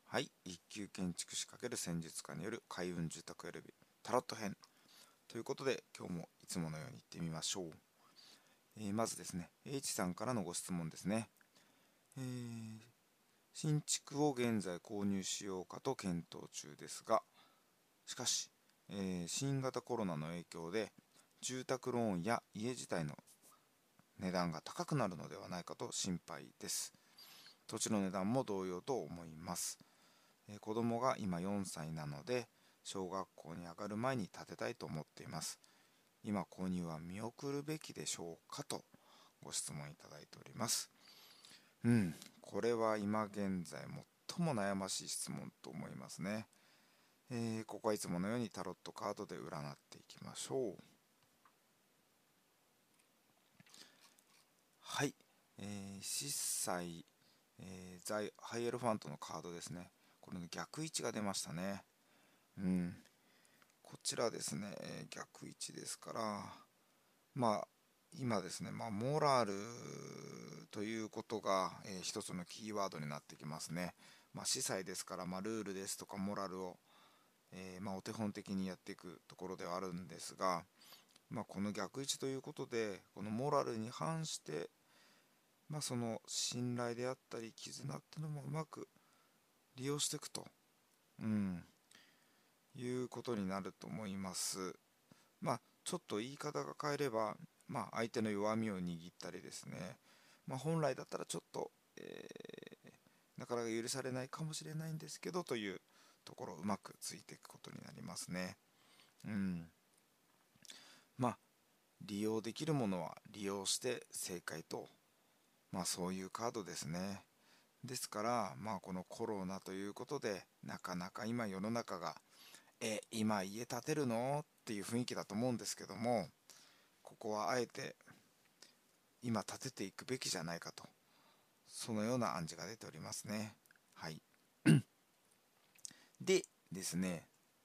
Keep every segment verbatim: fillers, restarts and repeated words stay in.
はい、一級建築士×戦術家による開運住宅選びタロット編ということで、今日もいつものように行ってみましょう。えーまずですね、H さんからのご質問ですね。えー新築を現在購入しようかと検討中ですが、しかし、えー新型コロナの影響で住宅ローンや家自体の値段が高くなるのではないかと心配です。土地の値段も同様と思います。えー子供が今よんさいなので、小学校に上がる前に建てたいと思っています。今購入は見送るべきでしょうかとご質問いただいております。うん、これは今現在最も悩ましい質問と思いますね。えーここはいつものようにタロットカードで占っていきましょう。はい、えー、司祭、えー、在ハイエロファントのカードですね。これの逆位置が出ましたね。うん、こちらですね、えー逆位置ですから、まあ今ですね、まあ、モラルということが、えー一つのキーワードになってきますね。まあ、司祭ですから、まあ、ルールですとかモラルを、えーまあ、お手本的にやっていくところではあるんですが、まあ、この逆位置ということで、このモラルに反して、まあ、その信頼であったり絆っていうのもうまく利用していくと、うん、いうことになると思います。まあ、ちょっと言い方が変えれば、まあ、相手の弱みを握ったりですね、まあ、本来だったらちょっと、えーなかなか許されないかもしれないんですけどというところをうまくついていくことになりますね。うん。まあ、利用できるものは利用して正解と、まあそういうカードですね。ですから、まあこのコロナということで、なかなか今世の中が、え、今家建てるのっていう雰囲気だと思うんですけども、ここはあえて今建てていくべきじゃないかと、そのような暗示が出ておりますね。はい。でですね、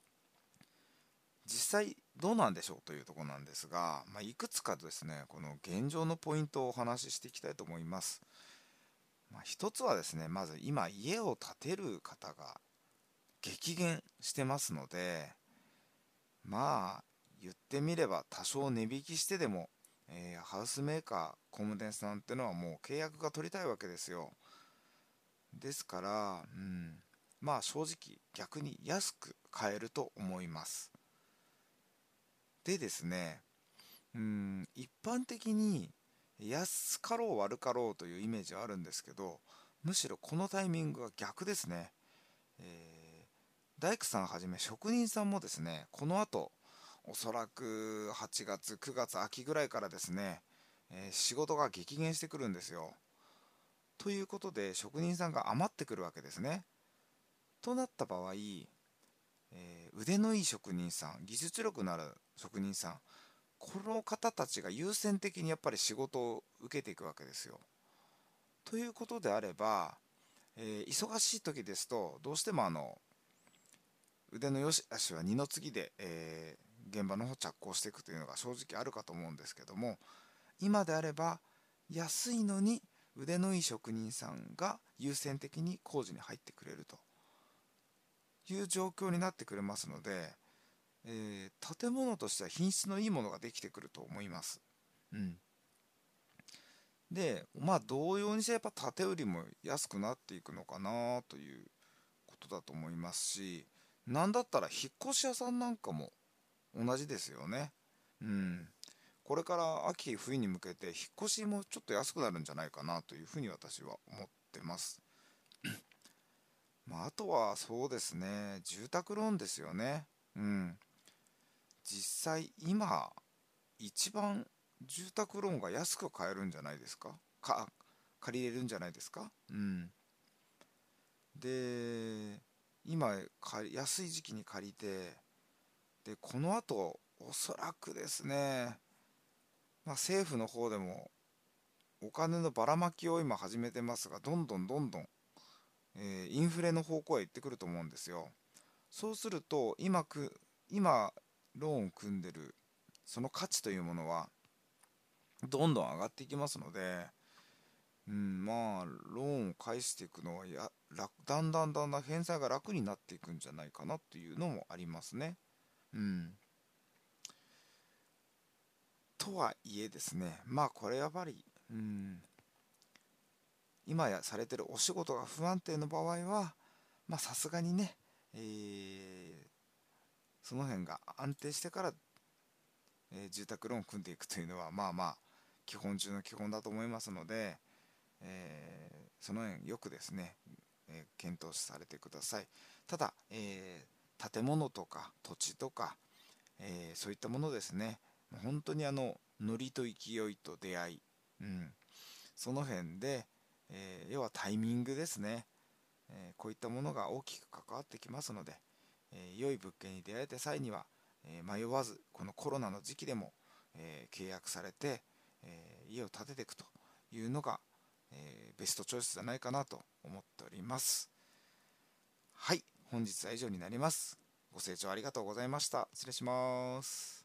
実際どうなんでしょうというところなんですが、まあ、いくつかですね、この現状のポイントをお話ししていきたいと思います。まあ、一つはですね、まず今家を建てる方が激減してますので、まあ言ってみれば多少値引きしてでも、えーハウスメーカー、工務店さんってのはもう契約が取りたいわけですよ。ですから、うん、まあ正直逆に安く買えると思います。でですね、うん、一般的に安かろう悪かろうというイメージはあるんですけど、むしろこのタイミングは逆ですね。えー大工さんはじめ職人さんもですね、この後おそらくはちがつくがつ秋ぐらいからですね、えー仕事が激減してくるんですよ。ということで職人さんが余ってくるわけですね。となった場合、えー腕のいい職人さん、技術力のある職人さん、この方たちが優先的にやっぱり仕事を受けていくわけですよ。ということであれば、えー忙しい時ですとどうしてもあの腕の良し悪しは二の次で、えー現場の方着工していくというのが正直あるかと思うんですけども、今であれば安いのに腕のいい職人さんが優先的に工事に入ってくれるという状況になってくれますので、えー建物としては品質のいいものができてくると思います。うん、で、まあ同様にしてやっぱ建て売りも安くなっていくのかなということだと思いますし、なんだったら引っ越し屋さんなんかも同じですよね。うん。これから秋冬に向けて引っ越しもちょっと安くなるんじゃないかなというふうに私は思ってます。まあ、あとはそうですね、住宅ローンですよね。うん。実際今一番住宅ローンが安く買えるんじゃないですか。か、借りれるんじゃないですか。うん。で、今借り安い時期に借りて、で、この後おそらくですね、まあ、政府の方でもお金のばらまきを今始めてますが、どんどんどんどん、えーインフレの方向へ行ってくると思うんですよ。そうすると、今く、今、ローンを組んでる、その価値というものは、どんどん上がっていきますので、 うん、まあローンを返していくのはや楽だんだんだんだん返済が楽になっていくんじゃないかなというのもありますね。うん、とはいえですね、まあこれやっぱり、うん、今やされてるお仕事が不安定の場合は、まあさすがにね、えーその辺が安定してから、えー住宅ローンを組んでいくというのはまあまあ基本中の基本だと思いますので、えーその辺よくですね、えー検討されてください。ただ、えー建物とか土地とか、えーそういったものですね、もう本当にあのノリと勢いと出会い、うん、その辺で、えー要はタイミングですね、えーこういったものが大きく関わってきますので、えー良い物件に出会えた際には、えー迷わずこのコロナの時期でも、えー契約されて、えー家を建てていくというのが、えーベストチョイスじゃないかなと思っております。はい、本日は以上になります。ご清聴ありがとうございました。失礼します。